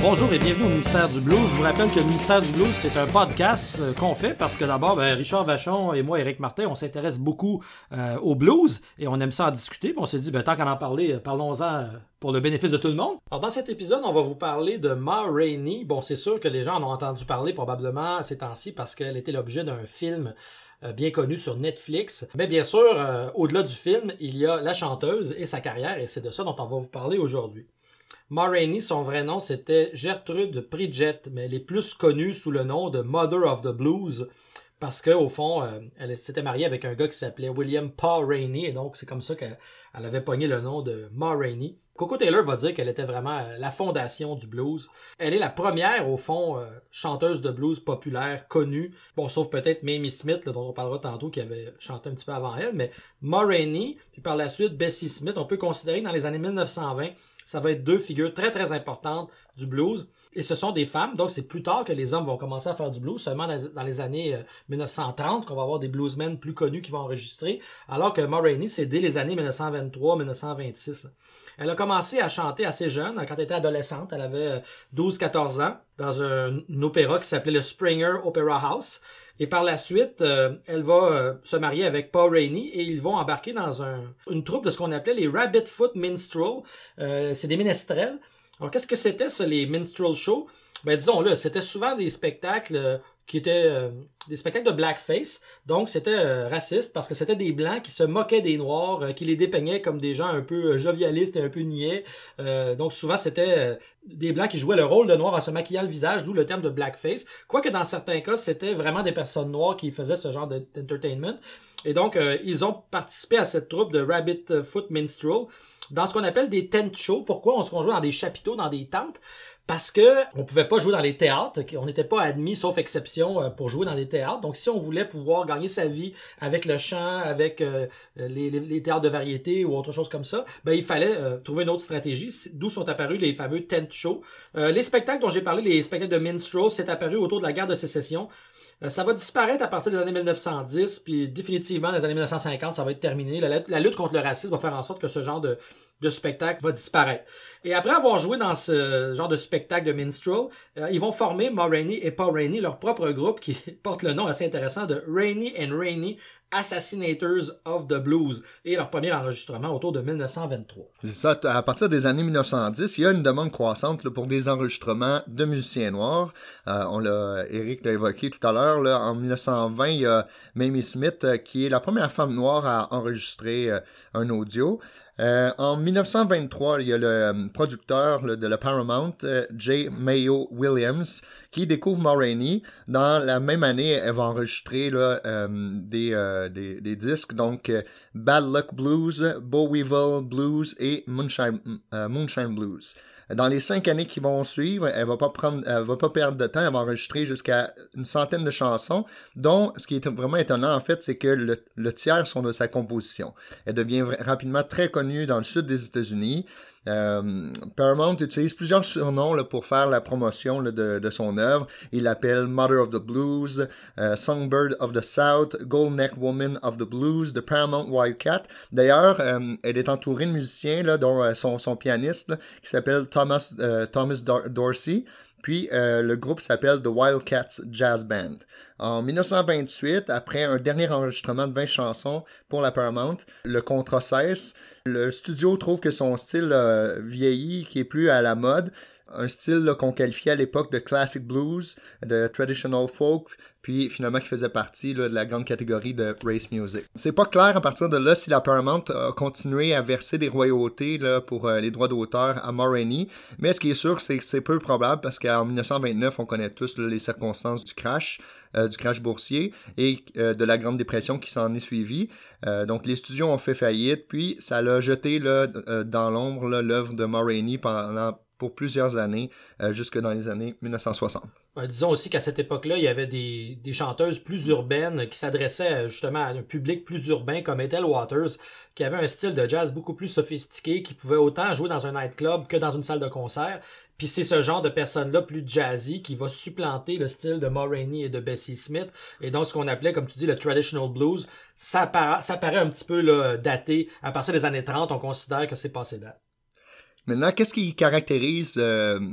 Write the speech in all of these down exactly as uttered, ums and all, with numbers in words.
Bonjour et bienvenue au Ministère du Blues. Je vous rappelle que le Ministère du Blues, c'est un podcast euh, qu'on fait parce que d'abord, ben, Richard Vachon et moi, Éric Martin, on s'intéresse beaucoup euh, au blues et on aime ça en discuter. Puis on s'est dit, ben, tant qu'à en parler, parlons-en euh, pour le bénéfice de tout le monde. Alors, dans cet épisode, on va vous parler de Ma Rainey. Bon, c'est sûr que les gens en ont entendu parler probablement ces temps-ci parce qu'elle était l'objet d'un film euh, bien connu sur Netflix. Mais bien sûr, euh, au-delà du film, il y a la chanteuse et sa carrière et c'est de ça dont on va vous parler aujourd'hui. Ma Rainey, son vrai nom, c'était Gertrude Pridgett, mais elle est plus connue sous le nom de Mother of the Blues, parce que au fond, euh, elle s'était mariée avec un gars qui s'appelait William Paul Rainey, et donc c'est comme ça qu'elle elle avait pogné le nom de Ma Rainey. Coco Taylor va dire qu'elle était vraiment euh, la fondation du blues. Elle est la première, au fond, euh, chanteuse de blues populaire connue. Bon, sauf peut-être Mamie Smith, là, dont on parlera tantôt, qui avait chanté un petit peu avant elle, mais Ma Rainey, puis par la suite Bessie Smith, on peut considérer que dans les années mille neuf cent vingt, ça va être deux figures très très importantes du blues. Et ce sont des femmes, donc c'est plus tard que les hommes vont commencer à faire du blues, seulement dans les années euh, mille neuf cent trente qu'on va avoir des bluesmen plus connus qui vont enregistrer, alors que Ma Rainey, c'est dès les années mille neuf cent vingt-trois mille neuf cent vingt-six. Elle a commencé à chanter assez jeune, quand elle était adolescente, elle avait douze quatorze ans, dans un, un opéra qui s'appelait le Springer Opera House. Et par la suite, euh, elle va euh, se marier avec Paul Rainey et ils vont embarquer dans un, une troupe de ce qu'on appelait les Rabbit Foot Minstrel. Euh, c'est des ménestrels. Alors, qu'est-ce que c'était, ça, les minstrel shows? Ben, disons-le, c'était souvent des spectacles euh, qui étaient euh, des spectacles de blackface. Donc, c'était euh, raciste parce que c'était des Blancs qui se moquaient des Noirs, euh, qui les dépeignaient comme des gens un peu euh, jovialistes et un peu niais. Euh, donc, souvent, c'était euh, des Blancs qui jouaient le rôle de Noirs en se maquillant le visage, d'où le terme de blackface. Quoique, dans certains cas, c'était vraiment des personnes noires qui faisaient ce genre de, d'entertainment. Et donc, euh, ils ont participé à cette troupe de Rabbit Foot Minstrel dans ce qu'on appelle des tent shows. Pourquoi? On se jouait dans des chapiteaux, dans des tentes. Parce que on pouvait pas jouer dans les théâtres, on n'était pas admis, sauf exception, pour jouer dans les théâtres. Donc, si on voulait pouvoir gagner sa vie avec le chant, avec euh, les, les, les théâtres de variété ou autre chose comme ça, ben il fallait euh, trouver une autre stratégie, d'où sont apparus les fameux tent shows. Euh, les spectacles dont j'ai parlé, les spectacles de minstrel, c'est apparu autour de la guerre de sécession. Euh, ça va disparaître à partir des années mille neuf cent dix, puis définitivement, dans les années mille neuf cent cinquante, ça va être terminé. La, la lutte contre le racisme va faire en sorte que ce genre de de spectacle va disparaître. Et après avoir joué dans ce genre de spectacle de minstrel, euh, ils vont former Ma Rainey et Paul Rainey, leur propre groupe qui porte le nom assez intéressant de Rainey and Rainey Assassinators of the Blues, et leur premier enregistrement autour de mille neuf cent vingt-trois. C'est ça, à partir des années mille neuf cent dix, il y a une demande croissante là, pour des enregistrements de musiciens noirs. Euh, on l'a, Éric l'a évoqué tout à l'heure, là, en mille neuf cent vingt, il y a Mamie Smith euh, qui est la première femme noire à enregistrer euh, un audio. Euh, en mille neuf cent vingt-trois, il y a le euh, producteur là, de la Paramount, euh, J. Mayo Williams, qui découvre Ma Rainey. Dans la même année, elle va enregistrer là, euh, des, euh, des, des disques, donc euh, Bad Luck Blues, Bo Weevil Blues et Moonshine, euh, Moonshine Blues. Dans les cinq années qui vont suivre, elle va pas prendre, elle va pas perdre de temps, elle va enregistrer jusqu'à une centaine de chansons, dont ce qui est vraiment étonnant en fait, c'est que le, le tiers sont de sa composition. Elle devient rapidement très connue dans le sud des États-Unis. Euh, Paramount utilise plusieurs surnoms là, pour faire la promotion là, de, de son œuvre. Il l'appelle Mother of the Blues, euh, Songbird of the South, Gold Neck Woman of the Blues, The Paramount Wildcat. D'ailleurs, euh, elle est entourée de musiciens, là, dont euh, son, son pianiste, là, qui s'appelle Thomas, euh, Thomas Dor- Dorsey. Puis, euh, le groupe s'appelle The Wildcats Jazz Band. En mille neuf cent vingt-huit, après un dernier enregistrement de vingt chansons pour la Paramount, le contrat cesse. Le studio trouve que son style euh, vieillit, qui est plus à la mode. Un style là, qu'on qualifiait à l'époque de classic blues, de traditional folk, puis finalement qui faisait partie là, de la grande catégorie de race music. C'est pas clair à partir de là si la Paramount a continué à verser des royautés là, pour euh, les droits d'auteur à Ma Rainey, mais ce qui est sûr, c'est que c'est peu probable parce qu'en mille neuf cent vingt-neuf, on connaît tous là, les circonstances du crash, euh, du crash boursier et euh, de la Grande Dépression qui s'en est suivie. Euh, donc les studios ont fait faillite, puis ça l'a jeté là, euh, dans l'ombre là, l'œuvre de Ma Rainey pendant pour plusieurs années, euh, jusque dans les années mille neuf cent soixante. Ouais, disons aussi qu'à cette époque-là, il y avait des, des chanteuses plus urbaines qui s'adressaient justement à un public plus urbain comme Ethel Waters, qui avait un style de jazz beaucoup plus sophistiqué, qui pouvait autant jouer dans un nightclub que dans une salle de concert. Puis c'est ce genre de personnes-là plus jazzy qui va supplanter le style de Ma Rainey et de Bessie Smith. Et donc ce qu'on appelait, comme tu dis, le traditional blues, ça, para- ça paraît un petit peu là, daté. À partir des années trente, on considère que c'est passé date. Maintenant, qu'est-ce qui caractérise euh,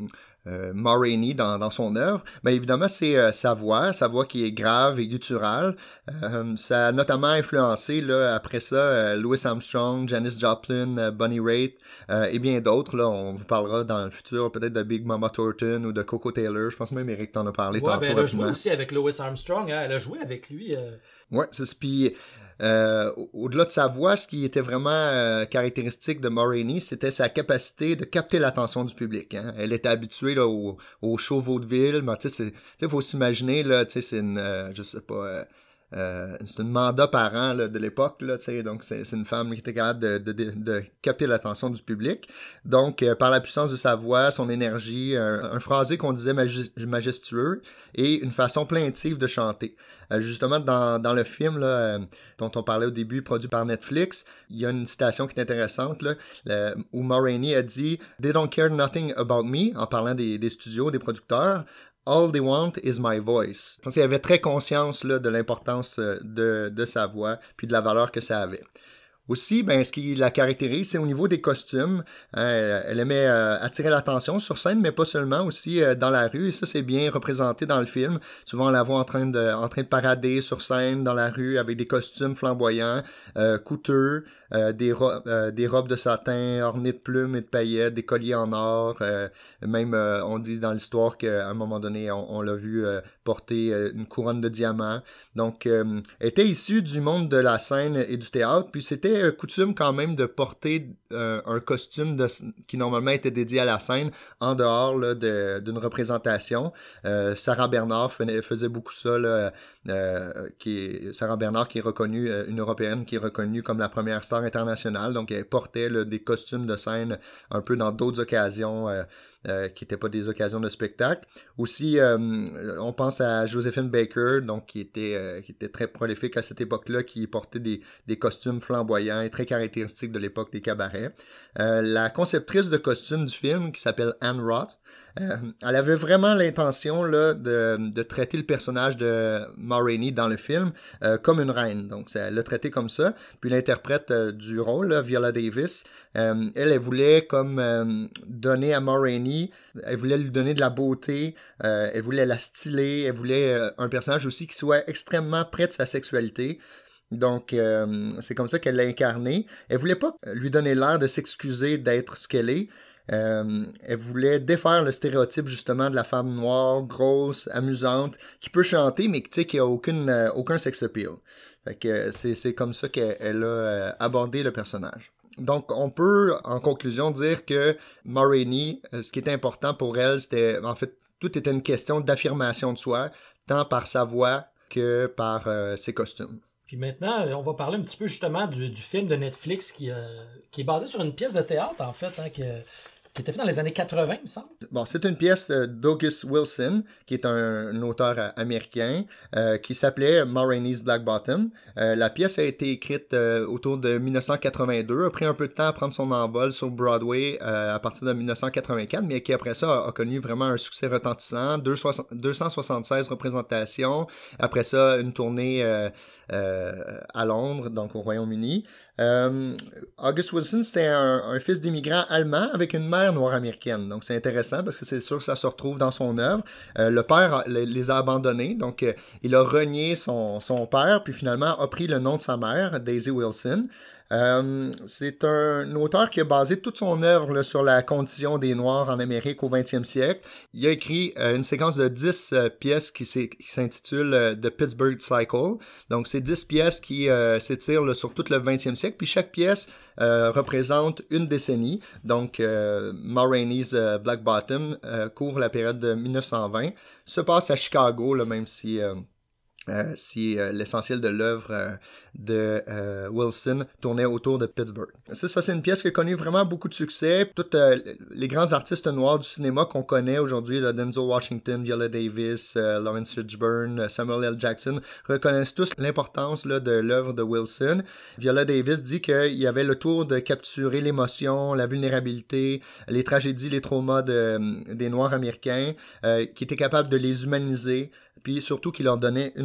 euh, Ma Rainey dans, dans son œuvre, mais évidemment, c'est euh, sa voix, sa voix qui est grave et gutturale. Euh, ça a notamment influencé, là, après ça, euh, Louis Armstrong, Janis Joplin, euh, Bonnie Raitt euh, et bien d'autres. Là, on vous parlera dans le futur peut-être de Big Mama Thornton ou de Coco Taylor. Je pense même, Eric, t'en as parlé ouais, tantôt. Ben, elle a joué aussi avec Louis Armstrong. Hein? Elle a joué avec lui. Euh... Ouais, c'est ça. Puis, euh, au-delà de sa voix, ce qui était vraiment euh, caractéristique de Ma Rainey, c'était sa capacité de capter l'attention du public. Hein. Elle était habituée là, au, au show vaudeville. Mais tu sais, il faut s'imaginer, là, tu sais, c'est une, euh, je sais pas... Euh, Euh, c'est une mandat par an là, de l'époque, là, donc c'est, c'est une femme qui était capable de, de, de, de capter l'attention du public. Donc, euh, par la puissance de sa voix, son énergie, un, un phrasé qu'on disait magi- majestueux et une façon plaintive de chanter. Euh, justement, dans, dans le film là, euh, dont on parlait au début, produit par Netflix, il y a une citation qui est intéressante là, là, où Ma Rainey a dit « They don't care nothing about me » en parlant des, des studios, des producteurs. All they want is my voice. Je pense qu'il avait très conscience là, de l'importance de, de sa voix puis de la valeur que ça avait. Aussi, ben, ce qui la caractérise, c'est au niveau des costumes. Euh, elle aimait euh, attirer l'attention sur scène, mais pas seulement, aussi euh, dans la rue. Et ça, c'est bien représenté dans le film. Souvent, on la voit en train de, en train de parader sur scène, dans la rue, avec des costumes flamboyants, euh, coûteux, euh, des, ro- euh, des robes de satin ornées de plumes et de paillettes, des colliers en or. Euh, même, euh, on dit dans l'histoire qu'à un moment donné, on, on l'a vu euh, porter euh, une couronne de diamants. Donc, euh, elle était issue du monde de la scène et du théâtre, puis c'était coutume quand même de porter euh, un costume de, qui normalement était dédié à la scène en dehors là, de, d'une représentation. Euh, Sarah Bernard faisait, faisait beaucoup ça. Là, euh, qui est, Sarah Bernard qui est reconnue, euh, une Européenne qui est reconnue comme la première star internationale. Donc elle portait là, des costumes de scène un peu dans d'autres occasions euh, euh, qui n'étaient pas des occasions de spectacle. Aussi, euh, on pense à Josephine Baker, donc qui était, euh, qui était très prolifique à cette époque-là, qui portait des, des costumes flamboyants et très caractéristiques de l'époque des cabarets. Euh, la conceptrice de costumes du film, qui s'appelle Anne Roth, euh, elle avait vraiment l'intention là, de, de traiter le personnage de Ma Rainey dans le film euh, comme une reine. Donc, elle l'a traité comme ça. Puis l'interprète euh, du rôle, là, Viola Davis, euh, elle, elle voulait comme euh, donner à Ma Rainey, elle voulait lui donner de la beauté, euh, elle voulait la styler, elle voulait euh, un personnage aussi qui soit extrêmement près de sa sexualité. Donc, euh, c'est comme ça qu'elle l'a incarné. Elle voulait pas lui donner l'air de s'excuser d'être ce qu'elle est. Euh, elle voulait défaire le stéréotype justement de la femme noire, grosse, amusante, qui peut chanter, mais qui n'a aucune, euh, aucun sex appeal. Fait que c'est, c'est comme ça qu'elle elle a euh, abordé le personnage. Donc, on peut, en conclusion, dire que Ma Rainey, ce qui était important pour elle, c'était, en fait, tout était une question d'affirmation de soi, tant par sa voix que par euh, ses costumes. Puis maintenant, on va parler un petit peu justement du, du film de Netflix qui, euh, qui est basé sur une pièce de théâtre, en fait, hein, que, qui était fait dans les années quatre-vingts, il me semble. Bon, c'est une pièce d'August Wilson, qui est un, un auteur euh, américain, euh, qui s'appelait Ma Rainey's Black Bottom. Euh, la pièce a été écrite euh, autour de dix-neuf cent quatre-vingt-deux, a pris un peu de temps à prendre son envol sur Broadway euh, à partir de dix-neuf cent quatre-vingt-quatre, mais qui après ça a, a connu vraiment un succès retentissant, deux cent soixante-seize représentations, après ça une tournée euh, euh, à Londres, donc au Royaume-Uni. Euh, August Wilson, c'était un, un fils d'immigrants allemands avec une mère noire américaine. Donc, c'est intéressant parce que c'est sûr que ça se retrouve dans son œuvre. Euh, le père a, les a abandonnés. Donc, euh, il a renié son, son père, puis finalement a pris le nom de sa mère, Daisy Wilson. Euh, c'est un auteur qui a basé toute son œuvre là, sur la condition des Noirs en Amérique au vingtième siècle. Il a écrit euh, une séquence de dix euh, pièces qui, qui s'intitule euh, The Pittsburgh Cycle. Donc, c'est dix pièces qui euh, s'étirent là, sur tout le vingtième siècle. Puis chaque pièce euh, représente une décennie. Donc, euh, Ma Rainey's euh, Black Bottom euh, couvre la période de dix-neuf cent vingt. Se passe à Chicago, là, même si... Euh, Euh, si euh, l'essentiel de l'œuvre euh, de euh, Wilson tournait autour de Pittsburgh. Ça, ça, c'est une pièce qui a connu vraiment beaucoup de succès. Tous euh, les grands artistes noirs du cinéma qu'on connaît aujourd'hui, là, Denzel Washington, Viola Davis, euh, Lawrence Fishburne, Samuel L. Jackson, reconnaissent tous l'importance là, de l'œuvre de Wilson. Viola Davis dit qu'il y avait le tour de capturer l'émotion, la vulnérabilité, les tragédies, les traumas de, des Noirs américains, euh, qui était capable de les humaniser, puis surtout qu'il leur donnait une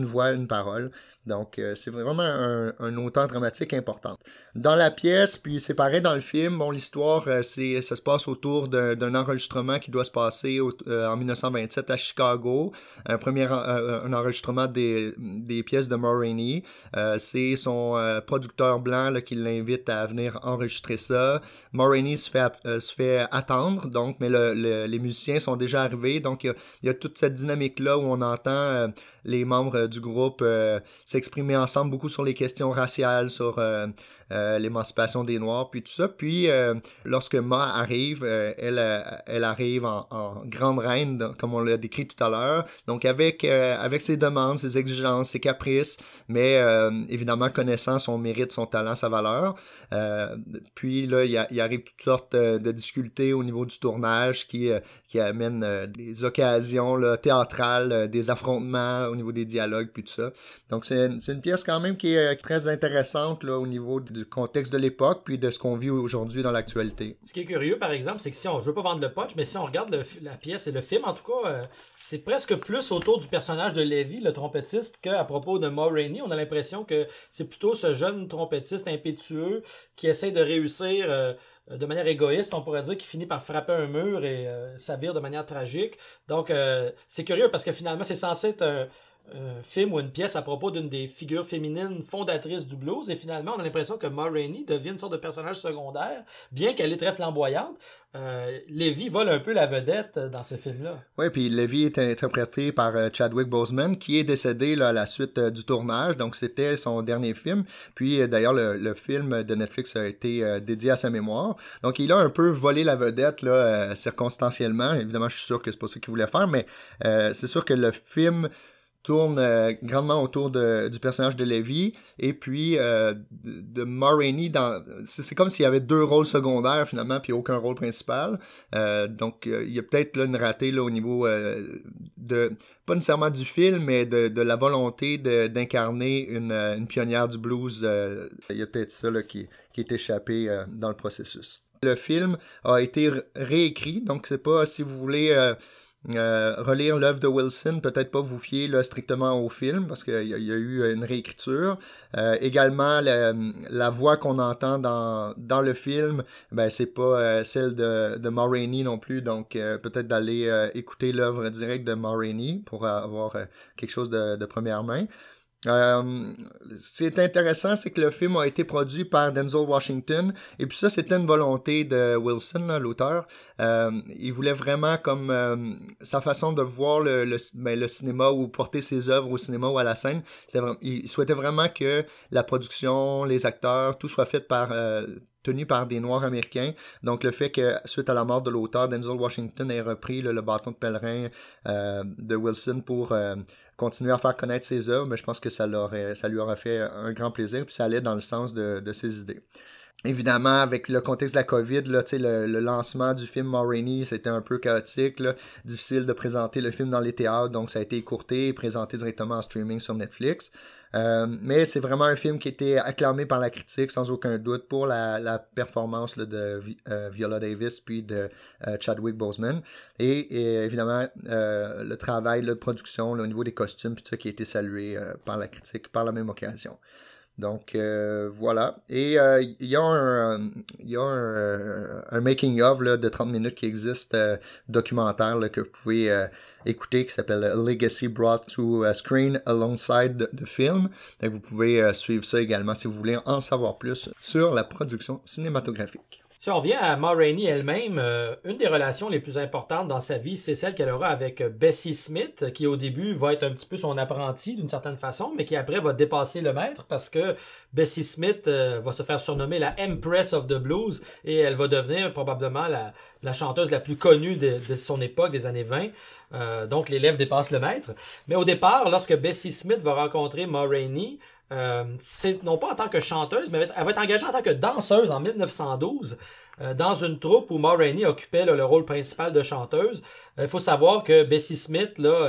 voix, une parole. Donc, euh, c'est vraiment un, un auteur dramatique important. Dans la pièce, puis c'est pareil dans le film, bon, l'histoire, euh, c'est, ça se passe autour d'un, d'un enregistrement qui doit se passer au, euh, en dix-neuf cent vingt-sept à Chicago. Un premier euh, un enregistrement des, des pièces de Ma Rainey. Euh, c'est son euh, producteur blanc là, qui l'invite à venir enregistrer ça. Ma Rainey se fait, euh, se fait attendre, donc, mais le, le, les musiciens sont déjà arrivés. Donc, il y a, il y a toute cette dynamique-là où on entend euh, les membres du groupe euh, s'exprimer ensemble beaucoup sur les questions raciales, sur euh, euh, l'émancipation des Noirs, puis tout ça. Puis, euh, lorsque Ma arrive, euh, elle, elle arrive en, en grande reine, comme on l'a décrit tout à l'heure. Donc, avec, euh, avec ses demandes, ses exigences, ses caprices, mais euh, évidemment connaissant son mérite, son talent, sa valeur. Euh, puis là, il, a, il arrive toutes sortes de, de difficultés au niveau du tournage qui, euh, qui amènent euh, des occasions là, théâtrales, euh, des affrontements au niveau des dialogues, puis tout ça. Donc, c'est, c'est une pièce quand même qui est très intéressante là, au niveau du contexte de l'époque, puis de ce qu'on vit aujourd'hui dans l'actualité. Ce qui est curieux, par exemple, c'est que si on, je veux pas vendre le punch, mais si on regarde le, la pièce et le film, en tout cas, euh, c'est presque plus autour du personnage de Levi, le trompettiste, qu'à propos de Ma Rainey. On a l'impression que c'est plutôt ce jeune trompettiste impétueux qui essaie de réussir euh, de manière égoïste, on pourrait dire, qui finit par frapper un mur et euh, s'avire de manière tragique. Donc, euh, c'est curieux parce que finalement, c'est censé être un, un film ou une pièce à propos d'une des figures féminines fondatrices du blues, et finalement, on a l'impression que Ma Rainey devient une sorte de personnage secondaire, bien qu'elle est très flamboyante. Euh, Levi vole un peu la vedette dans ce film-là. Oui, puis Levi est interprété par euh, Chadwick Boseman, qui est décédé là, à la suite euh, du tournage, donc c'était son dernier film. Puis euh, d'ailleurs, le, le film de Netflix a été euh, dédié à sa mémoire. Donc il a un peu volé la vedette là, euh, circonstanciellement. Évidemment, je suis sûr que c'est pas ça qu'il voulait faire, mais euh, c'est sûr que le film tourne euh, grandement autour de, du personnage de Levi et puis euh, de, de Ma Rainey. Dans, c'est, c'est comme s'il y avait deux rôles secondaires finalement puis aucun rôle principal. Euh, donc euh, il y a peut-être là, une ratée là, au niveau euh, de, pas nécessairement du film, mais de, de la volonté de, d'incarner une, une pionnière du blues. Euh, il y a peut-être ça là, qui, qui est échappé euh, dans le processus. Le film a été réécrit, donc c'est pas si vous voulez... Euh, Euh, relire l'œuvre de Wilson, peut-être pas vous fier là, strictement au film parce qu'il y, y a eu une réécriture. Euh, également, la, la voix qu'on entend dans, dans le film, ben c'est pas euh, celle de, de Ma Rainey non plus, donc euh, peut-être d'aller euh, écouter l'œuvre directe de Ma Rainey pour avoir euh, quelque chose de, de première main. Euh, ce qui est intéressant, c'est que le film a été produit par Denzel Washington, et puis ça, c'était une volonté de Wilson, là, l'auteur. Euh, il voulait vraiment comme euh, sa façon de voir le, le, ben, le cinéma ou porter ses œuvres au cinéma ou à la scène. C'était vraiment, il souhaitait vraiment que la production, les acteurs, tout soit fait par... Euh, tenu par des Noirs américains. Donc, le fait que, suite à la mort de l'auteur, Denzel Washington ait repris là, le bâton de pèlerin euh, de Wilson pour euh, continuer à faire connaître ses œuvres, mais je pense que ça, l'aurait, ça lui aurait fait un grand plaisir, puis ça allait dans le sens de, de ses idées. Évidemment, avec le contexte de la COVID, là, le, le lancement du film Ma Rainey, c'était un peu chaotique, là, difficile de présenter le film dans les théâtres, donc ça a été écourté et présenté directement en streaming sur Netflix. Euh, mais c'est vraiment un film qui a été acclamé par la critique, sans aucun doute, pour la, la performance là, de euh, Viola Davis puis de euh, Chadwick Boseman. Et, et évidemment, euh, le travail là, de production là, au niveau des costumes, puis tout ça qui a été salué euh, par la critique par la même occasion. Donc, euh, voilà. Et il euh, y a un, y a un, un making-of là, de trente minutes qui existe, euh, documentaire là, que vous pouvez euh, écouter, qui s'appelle Legacy Brought to a Screen Alongside the Film. Donc, vous pouvez euh, suivre ça également si vous voulez en savoir plus sur la production cinématographique. Si on revient à Ma Rainey elle-même, euh, une des relations les plus importantes dans sa vie, c'est celle qu'elle aura avec Bessie Smith, qui au début va être un petit peu son apprenti d'une certaine façon, mais qui après va dépasser le maître parce que Bessie Smith euh, va se faire surnommer la Empress of the Blues et elle va devenir probablement la, la chanteuse la plus connue de, de son époque, des années vingt. Euh, donc l'élève dépasse le maître. Mais au départ, lorsque Bessie Smith va rencontrer Ma Rainey, Euh, c'est non pas en tant que chanteuse, mais elle va être engagée en tant que danseuse en dix-neuf cent douze euh, dans une troupe où Ma Rainey occupait là, le rôle principal de chanteuse. Il euh, faut savoir que Bessie Smith là, euh,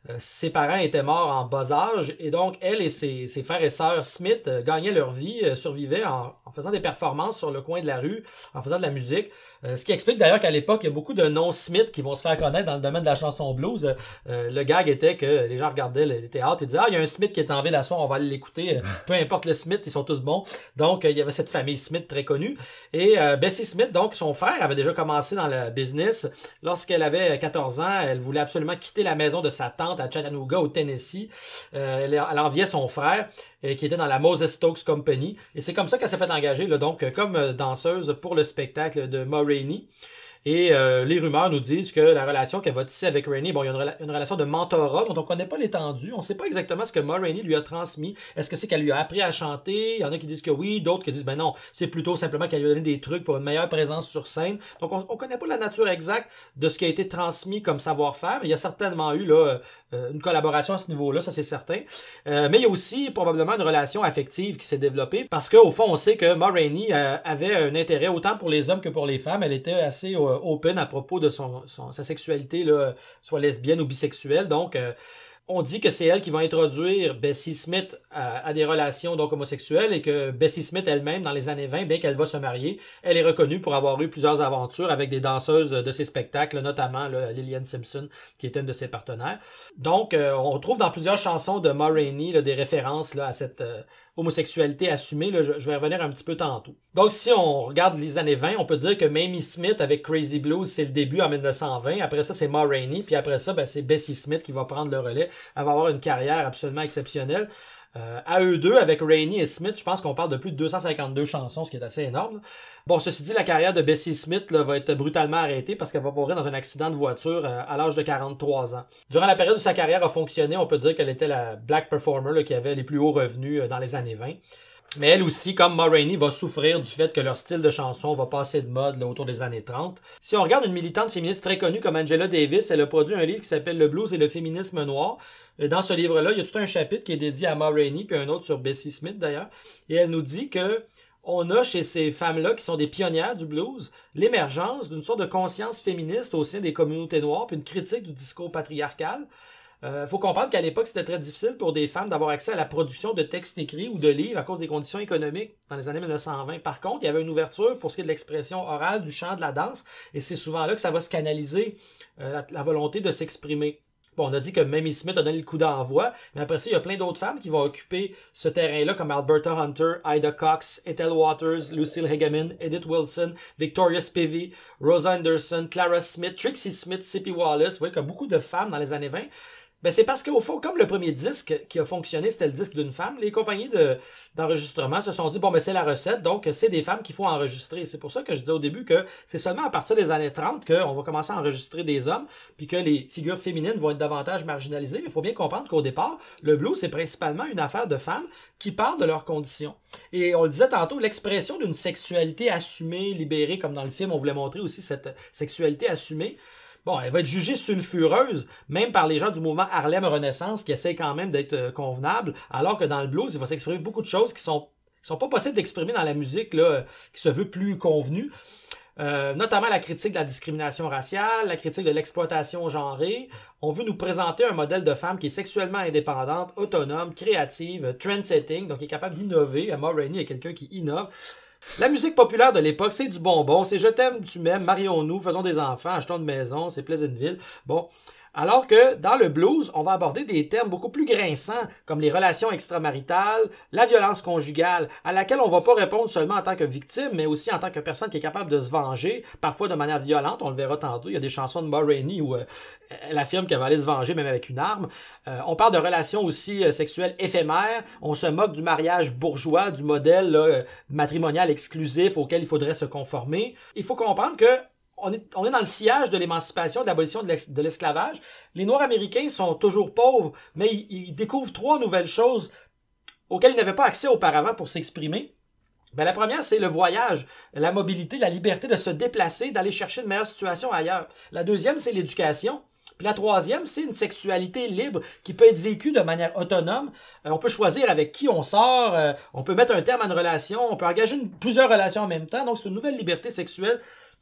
Euh, ses parents étaient morts en bas âge et donc elle et ses, ses frères et sœurs Smith euh, gagnaient leur vie, euh, survivaient en, en faisant des performances sur le coin de la rue, en faisant de la musique. Euh, ce qui explique d'ailleurs qu'à l'époque, il y a beaucoup de noms Smith qui vont se faire connaître dans le domaine de la chanson blues. Euh, le gag était que les gens regardaient le théâtre et disaient « Ah, il y a un Smith qui est en ville à soir, on va aller l'écouter. » Peu importe le Smith, ils sont tous bons. Donc, euh, il y avait cette famille Smith très connue. Et euh, Bessie Smith, donc, son frère avait déjà commencé dans le business. Lorsqu'elle avait quatorze ans, elle voulait absolument quitter la maison de sa tante à Chattanooga, au Tennessee. Euh, elle, elle enviait son frère, euh, qui était dans la Moses Stokes Company. Et c'est comme ça qu'elle s'est fait engager, là, donc, comme danseuse pour le spectacle de Ma Rainey. Et euh, les rumeurs nous disent que la relation qu'elle va tisser avec Rainey, bon, il y a une, rela- une relation de mentorat dont on ne connaît pas l'étendue. On ne sait pas exactement ce que Ma Rainey lui a transmis. Est-ce que c'est qu'elle lui a appris à chanter? Il y en a qui disent que oui, d'autres qui disent ben non, c'est plutôt simplement qu'elle lui a donné des trucs pour une meilleure présence sur scène. Donc on ne connaît pas la nature exacte de ce qui a été transmis comme savoir-faire. Mais il y a certainement eu là euh, une collaboration à ce niveau-là, ça c'est certain. Euh, mais il y a aussi probablement une relation affective qui s'est développée parce qu'au fond, on sait que Ma Rainey euh, avait un intérêt autant pour les hommes que pour les femmes. Elle était assez euh, open à propos de son, son sa sexualité, là, soit lesbienne ou bisexuelle. Donc, euh, on dit que c'est elle qui va introduire Bessie Smith à, à des relations donc homosexuelles et que Bessie Smith elle-même, dans les années vingt, bien qu'elle va se marier, elle est reconnue pour avoir eu plusieurs aventures avec des danseuses de ses spectacles, notamment là, Lillian Simpson, qui était une de ses partenaires. Donc, euh, on trouve dans plusieurs chansons de Ma Rainey là, des références là, à cette euh, homosexualité assumée. Là, je, je vais revenir un petit peu tantôt. Donc, si on regarde les années vingt, on peut dire que Mamie Smith avec Crazy Blues, c'est le début en dix-neuf cent vingt. Après ça, c'est Ma Rainey. Puis après ça, ben, c'est Bessie Smith qui va prendre le relais. Elle va avoir une carrière absolument exceptionnelle. Euh, à eux deux, avec Rainey et Smith, je pense qu'on parle de plus de deux cent cinquante-deux chansons, ce qui est assez énorme. Bon, ceci dit, la carrière de Bessie Smith là, va être brutalement arrêtée parce qu'elle va mourir dans un accident de voiture euh, à l'âge de quarante-trois ans. Durant la période où sa carrière a fonctionné, on peut dire qu'elle était la black performer là, qui avait les plus hauts revenus euh, dans les années vingt. Mais elle aussi, comme Ma Rainey, va souffrir du fait que leur style de chanson va passer de mode là, autour des années trente. Si on regarde une militante féministe très connue comme Angela Davis, elle a produit un livre qui s'appelle « Le blues et le féminisme noir ». Dans ce livre-là, il y a tout un chapitre qui est dédié à Ma Rainey, puis un autre sur Bessie Smith d'ailleurs. Et elle nous dit que on a chez ces femmes-là, qui sont des pionnières du blues, l'émergence d'une sorte de conscience féministe au sein des communautés noires, puis une critique du discours patriarcal. Il euh, faut comprendre qu'à l'époque, c'était très difficile pour des femmes d'avoir accès à la production de textes écrits ou de livres à cause des conditions économiques dans les années dix-neuf cent vingt. Par contre, il y avait une ouverture pour ce qui est de l'expression orale, du chant, de la danse, et c'est souvent là que ça va se canaliser euh, la, la volonté de s'exprimer. Bon, on a dit que Mamie Smith a donné le coup d'envoi, mais après ça, il y a plein d'autres femmes qui vont occuper ce terrain-là, comme Alberta Hunter, Ida Cox, Ethel Waters, Lucille Hegeman, Edith Wilson, Victoria Spivey, Rosa Anderson, Clara Smith, Trixie Smith, Sippy Wallace. Vous voyez qu'il y a beaucoup de femmes dans les années vingt. Ben c'est parce qu'au fond, comme le premier disque qui a fonctionné, c'était le disque d'une femme, les compagnies de, d'enregistrement se sont dit, bon, ben c'est la recette, donc c'est des femmes qu'il faut enregistrer. C'est pour ça que je disais au début que c'est seulement à partir des années trente qu'on va commencer à enregistrer des hommes, puis que les figures féminines vont être davantage marginalisées. Mais il faut bien comprendre qu'au départ, le blues, c'est principalement une affaire de femmes qui parlent de leurs conditions. Et on le disait tantôt, l'expression d'une sexualité assumée, libérée, comme dans le film, on voulait montrer aussi cette sexualité assumée. Bon, elle va être jugée sulfureuse, même par les gens du mouvement Harlem Renaissance, qui essaient quand même d'être euh, convenables, alors que dans le blues, il va s'exprimer beaucoup de choses qui sont qui sont pas possibles d'exprimer dans la musique, là, qui se veut plus convenue. Euh, notamment la critique de la discrimination raciale, la critique de l'exploitation genrée. On veut nous présenter un modèle de femme qui est sexuellement indépendante, autonome, créative, trendsetting, donc qui est capable d'innover. Ma Rainey est quelqu'un qui innove. La musique populaire de l'époque, c'est du bonbon, c'est je t'aime, tu m'aimes, marions-nous, faisons des enfants, achetons une maison, c'est Pleasantville. Bon. Alors que dans le blues, on va aborder des termes beaucoup plus grinçants, comme les relations extramaritales, la violence conjugale, à laquelle on va pas répondre seulement en tant que victime, mais aussi en tant que personne qui est capable de se venger, parfois de manière violente, on le verra tantôt. Il y a des chansons de Ma Rainey où euh, elle affirme qu'elle va aller se venger même avec une arme. Euh, on parle de relations aussi euh, sexuelles éphémères, on se moque du mariage bourgeois, du modèle là, matrimonial exclusif auquel il faudrait se conformer. Il faut comprendre que On est, on est dans le sillage de l'émancipation, de l'abolition de l'esclavage. Les Noirs américains sont toujours pauvres, mais ils, ils découvrent trois nouvelles choses auxquelles ils n'avaient pas accès auparavant pour s'exprimer. Ben, la première, c'est le voyage, la mobilité, la liberté de se déplacer, d'aller chercher une meilleure situation ailleurs. La deuxième, c'est l'éducation. Puis la troisième, c'est une sexualité libre qui peut être vécue de manière autonome. Euh, on peut choisir avec qui on sort, euh, on peut mettre un terme à une relation, on peut engager une, plusieurs relations en même temps. Donc, c'est une nouvelle liberté sexuelle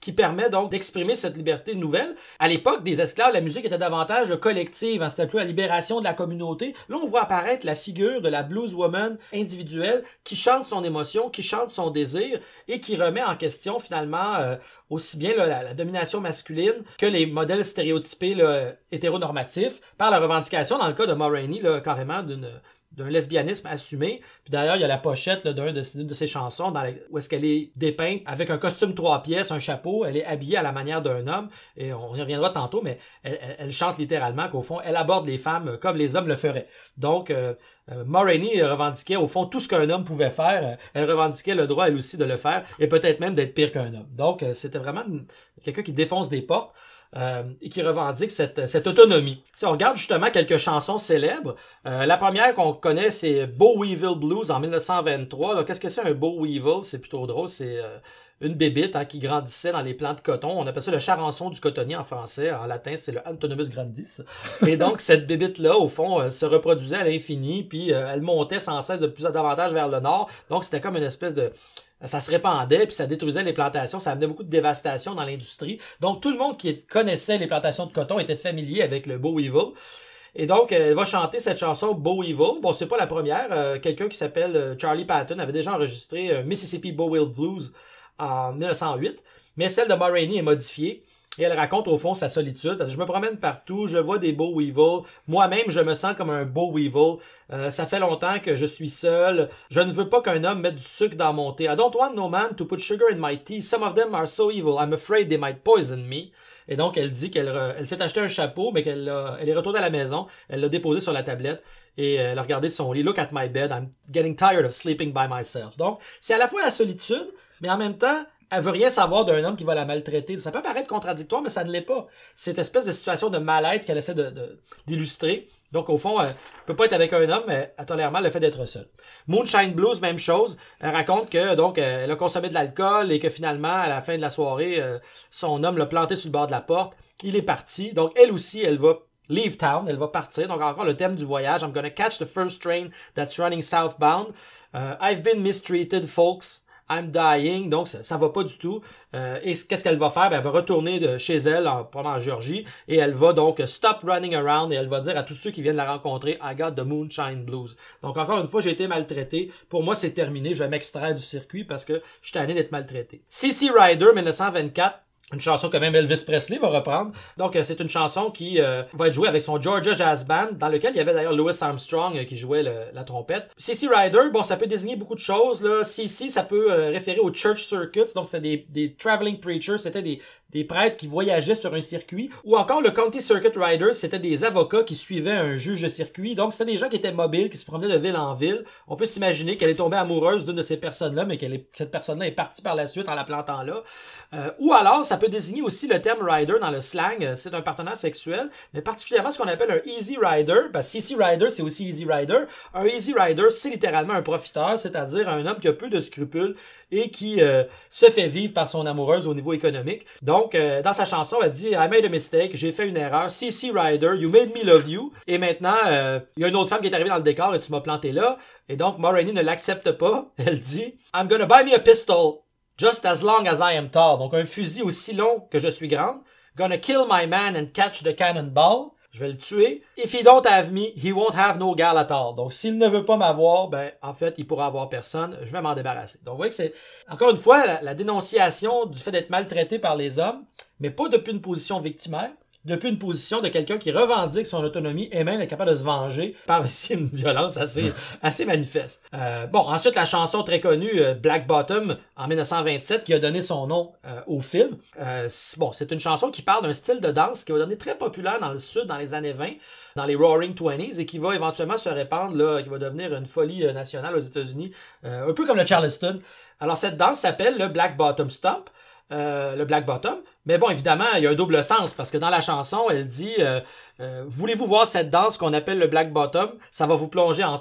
qui permet donc d'exprimer cette liberté nouvelle. À l'époque des esclaves, la musique était davantage collective, hein, c'était plus la libération de la communauté. Là, on voit apparaître la figure de la blues woman individuelle qui chante son émotion, qui chante son désir et qui remet en question finalement euh, aussi bien là, la, la domination masculine que les modèles stéréotypés là, hétéronormatifs par la revendication, dans le cas de Ma Rainey, là, carrément d'une d'un lesbianisme assumé. Puis d'ailleurs, il y a la pochette là, d'un de, d'une de ses chansons dans la, où est-ce qu'elle est dépeinte avec un costume trois pièces, un chapeau, elle est habillée à la manière d'un homme, et on y reviendra tantôt, mais elle, elle, elle chante littéralement qu'au fond, elle aborde les femmes comme les hommes le feraient. Donc, euh, euh, Ma Rainey revendiquait au fond tout ce qu'un homme pouvait faire, elle revendiquait le droit elle aussi de le faire, et peut-être même d'être pire qu'un homme. Donc, euh, c'était vraiment une, quelqu'un qui défonce des portes. Euh, et qui revendique cette, cette autonomie. Si on regarde justement quelques chansons célèbres, euh, la première qu'on connaît, c'est Boll Weevil Blues en dix-neuf cent vingt-trois. Donc, qu'est-ce que c'est un Boll Weevil? C'est plutôt drôle, c'est euh, une bébite hein, qui grandissait dans les plants de coton. On appelle ça le charançon du cotonnier en français. En latin, c'est le Antonomus grandis. Et donc, cette bébite-là, au fond, euh, se reproduisait à l'infini, puis euh, elle montait sans cesse de plus en davantage vers le nord. Donc, c'était comme une espèce de... Ça se répandait, puis ça détruisait les plantations, ça amenait beaucoup de dévastation dans l'industrie. Donc, tout le monde qui connaissait les plantations de coton était familier avec le Boll Weevil. Et donc, elle va chanter cette chanson Boll Weevil. Bon, c'est pas la première. Euh, quelqu'un qui s'appelle euh, Charlie Patton avait déjà enregistré euh, Mississippi Boll Weevil Blues en dix-neuf cent huit. Mais celle de Ma Rainey est modifiée. Et elle raconte au fond sa solitude. C'est-à-dire, je me promène partout, je vois des Boll Weevil. Moi-même, je me sens comme un Boll Weevil. Euh, ça fait longtemps que je suis seul. Je ne veux pas qu'un homme mette du sucre dans mon thé. I don't want no man to put sugar in my tea. Some of them are so evil. I'm afraid they might poison me. Et donc, elle dit qu'elle elle s'est acheté un chapeau, mais qu'elle a, elle est retournée à la maison. Elle l'a déposé sur la tablette. Et elle a regardé son lit. Look at my bed. I'm getting tired of sleeping by myself. Donc, c'est à la fois la solitude, mais en même temps, elle veut rien savoir d'un homme qui va la maltraiter. Ça peut paraître contradictoire, mais ça ne l'est pas. Cette espèce de situation de mal-être qu'elle essaie de, de, d'illustrer. Donc, au fond, elle peut pas être avec un homme, mais elle tolère mal le fait d'être seule. Moonshine Blues, même chose. Elle raconte que, donc, elle a consommé de l'alcool et que finalement, à la fin de la soirée, son homme l'a planté sur le bord de la porte. Il est parti. Donc, elle aussi, elle va leave town. Elle va partir. Donc, encore le thème du voyage. I'm gonna catch the first train that's running southbound. Uh, I've been mistreated, folks. I'm dying, donc ça, ça va pas du tout. Euh, et qu'est-ce qu'elle va faire? Ben, elle va retourner de chez elle, en, en Géorgie, et elle va donc stop running around, et elle va dire à tous ceux qui viennent la rencontrer, I got the Moonshine Blues. Donc encore une fois, j'ai été maltraité. Pour moi, c'est terminé. Je vais m'extraire du circuit parce que je suis tanné d'être maltraité. C C Rider, dix-neuf cent vingt-quatre. Une chanson que même Elvis Presley va reprendre. Donc, c'est une chanson qui euh, va être jouée avec son Georgia Jazz Band, dans lequel il y avait d'ailleurs Louis Armstrong euh, qui jouait le, la trompette. C C Rider, bon, ça peut désigner beaucoup de choses. Là. C C, ça peut euh, référer aux church circuits. Donc, c'était des, des traveling preachers. C'était des, des prêtres qui voyageaient sur un circuit. Ou encore, le County Circuit Riders, c'était des avocats qui suivaient un juge de circuit. Donc, c'était des gens qui étaient mobiles, qui se promenaient de ville en ville. On peut s'imaginer qu'elle est tombée amoureuse d'une de ces personnes-là, mais que cette personne-là est partie par la suite en la plantant là. Euh, ou alors, ça peut désigner aussi le terme rider dans le slang. C'est un partenaire sexuel, mais particulièrement ce qu'on appelle un easy rider. Parce que C C Rider, c'est aussi easy rider. Un easy rider, c'est littéralement un profiteur, c'est-à-dire un homme qui a peu de scrupules et qui euh, se fait vivre par son amoureuse au niveau économique. Donc, euh, dans sa chanson, elle dit « I made a mistake, j'ai fait une erreur. C C Rider, you made me love you. » Et maintenant, euh, il y a une autre femme qui est arrivée dans le décor et tu m'as planté là. Et donc, Ma Rainey ne l'accepte pas. Elle dit « I'm gonna buy me a pistol. Just as long as I am tall. » Donc, un fusil aussi long que je suis grande. « Gonna kill my man and catch the cannonball. » Je vais le tuer. « If he don't have me, he won't have no gal at all. » Donc, s'il ne veut pas m'avoir, ben, en fait, il pourra avoir personne. Je vais m'en débarrasser. Donc, vous voyez que c'est, encore une fois, la, la dénonciation du fait d'être maltraité par les hommes, mais pas depuis une position victimaire, depuis une position de quelqu'un qui revendique son autonomie et même est capable de se venger par ici une violence assez assez manifeste. Euh, bon, ensuite la chanson très connue euh, Black Bottom en dix-neuf cent vingt-sept qui a donné son nom euh, au film. Euh, c'est, bon, c'est une chanson qui parle d'un style de danse qui va devenir très populaire dans le sud dans les années vingt, dans les Roaring Twenties et qui va éventuellement se répandre là, qui va devenir une folie euh, nationale aux États-Unis, euh, un peu comme le Charleston. Alors cette danse s'appelle le Black Bottom Stomp. Euh, le Black Bottom. Mais bon, évidemment, il y a un double sens parce que dans la chanson, elle dit euh, euh, « Voulez-vous voir cette danse qu'on appelle le Black Bottom? Ça va vous plonger en transe. »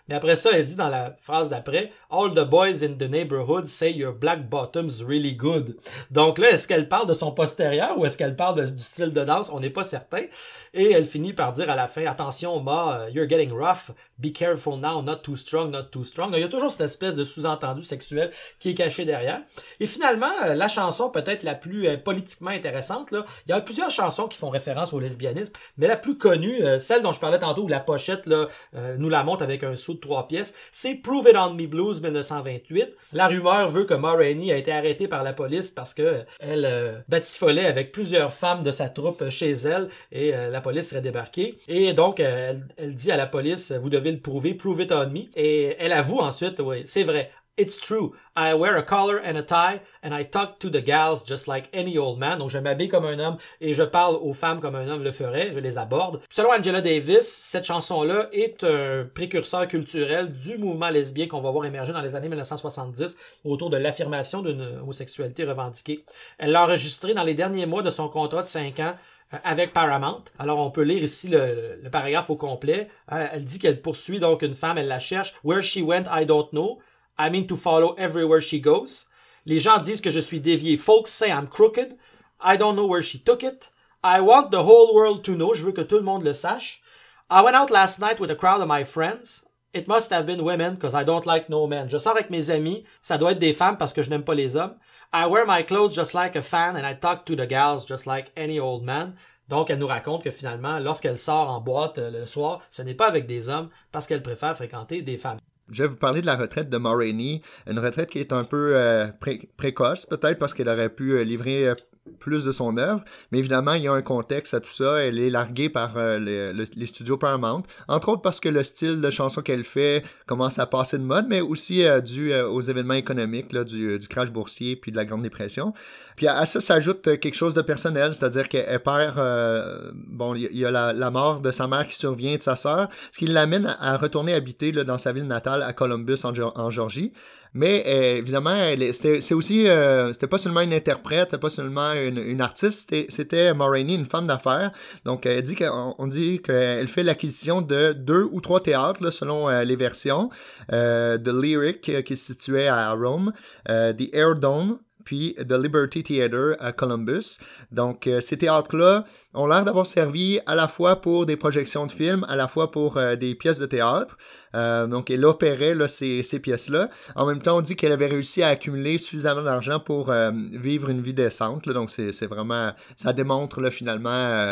Mais après ça, elle dit dans la phrase d'après, « All the boys in the neighborhood say your black bottom's really good. » Donc là, est-ce qu'elle parle de son postérieur ou est-ce qu'elle parle de, du style de danse? On n'est pas certain. Et elle finit par dire à la fin, « Attention, Ma, uh, you're getting rough. Be careful now, not too strong, not too strong. » Donc, il y a toujours cette espèce de sous-entendu sexuel qui est caché derrière. Et finalement, la chanson peut-être la plus euh, politiquement intéressante, là, il y a plusieurs chansons qui font référence au lesbianisme, mais la plus connue, euh, celle dont je parlais tantôt, où la pochette là, euh, nous la montre avec un saut de trois pièces, c'est Prove It On Me Blues dix-neuf cent vingt-huit. La rumeur veut que Ma Rainey a été arrêtée par la police parce que elle euh, batifolait avec plusieurs femmes de sa troupe chez elle et euh, la police serait débarquée. Et donc, euh, elle, elle dit à la police, vous devez le prouver, Prove It On Me. Et elle avoue ensuite, oui, c'est vrai. It's true. I wear a collar and a tie and I talk to the gals just like any old man. Donc, je m'habille comme un homme et je parle aux femmes comme un homme le ferait. Je les aborde. Selon Angela Davis, cette chanson-là est un précurseur culturel du mouvement lesbien qu'on va voir émerger dans les années dix-neuf cent soixante-dix autour de l'affirmation d'une homosexualité revendiquée. Elle l'a enregistrée dans les derniers mois de son contrat de cinq ans avec Paramount. Alors, on peut lire ici le, le paragraphe au complet. Elle dit qu'elle poursuit donc une femme, elle la cherche. Where she went, I don't know. I mean to follow everywhere she goes. Les gens disent que je suis dévié. Folks say I'm crooked. I don't know where she took it. I want the whole world to know. Je veux que tout le monde le sache. I went out last night with a crowd of my friends. It must have been women because I don't like no men. Je sors avec mes amis. Ça doit être des femmes parce que je n'aime pas les hommes. I wear my clothes just like a fan and I talk to the gals just like any old man. Donc, elle nous raconte que finalement, lorsqu'elle sort en boîte le soir, ce n'est pas avec des hommes parce qu'elle préfère fréquenter des femmes. Je vais vous parler de la retraite de Ma Rainey, une retraite qui est un peu euh, pré- précoce, peut-être parce qu'elle aurait pu euh, livrer euh, plus de son œuvre, mais évidemment, il y a un contexte à tout ça. Elle est larguée par euh, le, le, les studios Paramount, entre autres parce que le style de chanson qu'elle fait commence à passer de mode, mais aussi euh, dû euh, aux événements économiques là, du, du crash boursier puis de la Grande Dépression. Puis à ça s'ajoute quelque chose de personnel, c'est-à-dire qu'elle perd, euh, bon, il y, y a la, la mort de sa mère qui survient et de sa sœur, ce qui l'amène à, à retourner habiter là, dans sa ville natale à Columbus, en, en Georgie. Mais euh, évidemment, elle, c'est, c'est aussi, euh, c'était pas seulement une interprète, c'était pas seulement une, une artiste, c'était, c'était Ma Rainey, une femme d'affaires. Donc, elle dit qu'on on dit qu'elle fait l'acquisition de deux ou trois théâtres, là, selon euh, les versions, euh, The Lyric, qui se situait à Rome, euh, The Air Dome, puis The Liberty Theatre à Columbus. Donc, euh, ces théâtres-là ont l'air d'avoir servi à la fois pour des projections de films, à la fois pour euh, des pièces de théâtre. Euh, donc, elle opérait là, ces, ces pièces-là. En même temps, on dit qu'elle avait réussi à accumuler suffisamment d'argent pour euh, vivre une vie décente. Là. Donc, c'est, c'est vraiment... Ça démontre là, finalement euh,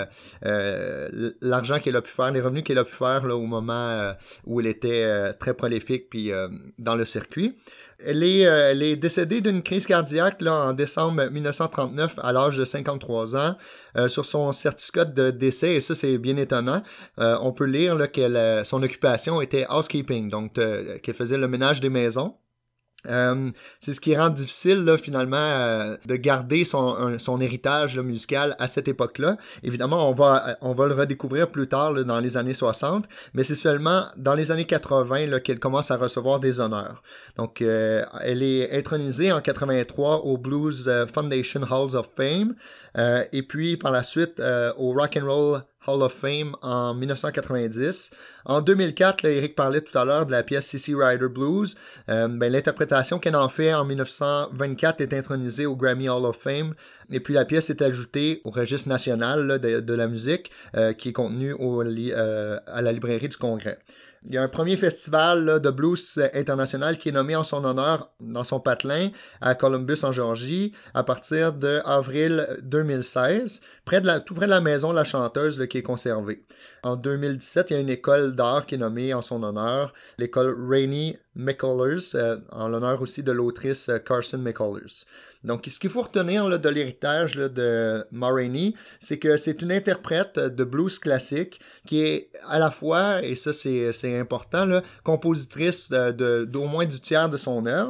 euh, l'argent qu'elle a pu faire, les revenus qu'elle a pu faire là, au moment euh, où elle était euh, très prolifique puis euh, dans le circuit. Elle est, euh, elle est décédée d'une crise cardiaque là, en décembre dix-neuf cent trente-neuf à l'âge de cinquante-trois ans. Euh, sur son certificat de décès, et ça c'est bien étonnant, euh, on peut lire là, que euh, son occupation était housekeeping, donc euh, qu'elle faisait le ménage des maisons. Euh, c'est ce qui rend difficile là, finalement euh, de garder son, un, son héritage là, musical à cette époque-là. Évidemment, on va, on va le redécouvrir plus tard là, dans les années soixante, mais c'est seulement dans les années quatre-vingts là, qu'elle commence à recevoir des honneurs. Donc, euh, elle est intronisée en quatre-vingt-trois au Blues Foundation Halls of Fame euh, et puis par la suite euh, au Rock and Roll Hall of Fame en dix-neuf cent quatre-vingt-dix. En deux mille quatre, là, Eric parlait tout à l'heure de la pièce C C Rider Blues. Euh, ben, l'interprétation qu'elle en fait en dix-neuf cent vingt-quatre est intronisée au Grammy Hall of Fame. Et puis la pièce est ajoutée au registre national là, de, de la musique euh, qui est contenu au, euh, à la librairie du Congrès. Il y a un premier festival là, de blues international qui est nommé en son honneur dans son patelin à Columbus en Georgie à partir de avril deux mille seize, près de la, tout près de la maison de la chanteuse là, qui est conservée. En deux mille dix-sept, il y a une école d'art qui est nommée en son honneur, l'école Rainey McCullers, euh, en l'honneur aussi de l'autrice euh, Carson McCullers. Donc, ce qu'il faut retenir là, de l'héritage là, de Ma Rainey, c'est que c'est une interprète de blues classique qui est à la fois, et ça c'est, c'est important, là, compositrice de, de, d'au moins du tiers de son œuvre.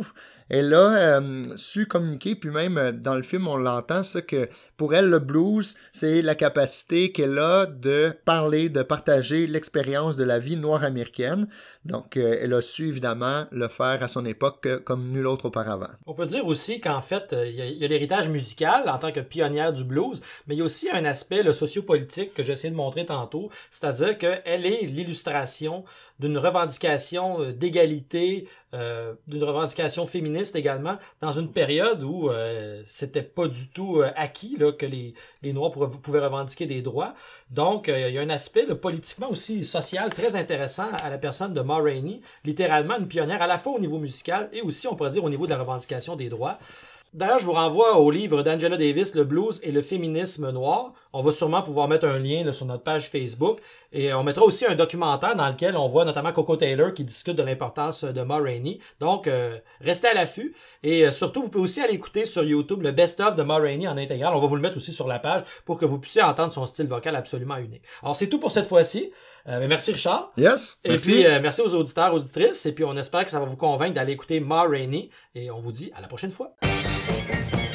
elle a euh, su communiquer, puis même euh, dans le film, on l'entend, ça, que pour elle, le blues, c'est la capacité qu'elle a de parler, de partager l'expérience de la vie noire américaine. Donc, euh, elle a su, évidemment, le faire à son époque euh, comme nul autre auparavant. On peut dire aussi qu'en fait, il euh, y, y a l'héritage musical en tant que pionnière du blues, mais il y a aussi un aspect le sociopolitique que j'ai essayé de montrer tantôt, c'est-à-dire qu'elle est l'illustration d'une revendication d'égalité, euh, d'une revendication féministe également, dans une période où euh, c'était pas du tout euh, acquis là, que les, les Noirs pouvaient, pouvaient revendiquer des droits. Donc, euh, il y a un aspect là, politiquement aussi social très intéressant à la personne de Ma Rainey, littéralement une pionnière à la fois au niveau musical et aussi, on pourrait dire, au niveau de la revendication des droits. D'ailleurs, je vous renvoie au livre d'Angela Davis, Le blues et le féminisme noir. On va sûrement pouvoir mettre un lien là, sur notre page Facebook. Et on mettra aussi un documentaire dans lequel on voit notamment Coco Taylor qui discute de l'importance de Ma Rainey. Donc, euh, restez à l'affût. Et euh, surtout, vous pouvez aussi aller écouter sur YouTube le best-of de Ma Rainey en intégral. On va vous le mettre aussi sur la page pour que vous puissiez entendre son style vocal absolument unique. Alors, c'est tout pour cette fois-ci. Euh, merci Richard. Yes. Et merci. puis, euh, merci aux auditeurs, auditrices. Et puis, on espère que ça va vous convaincre d'aller écouter Ma Rainey. Et on vous dit à la prochaine fois.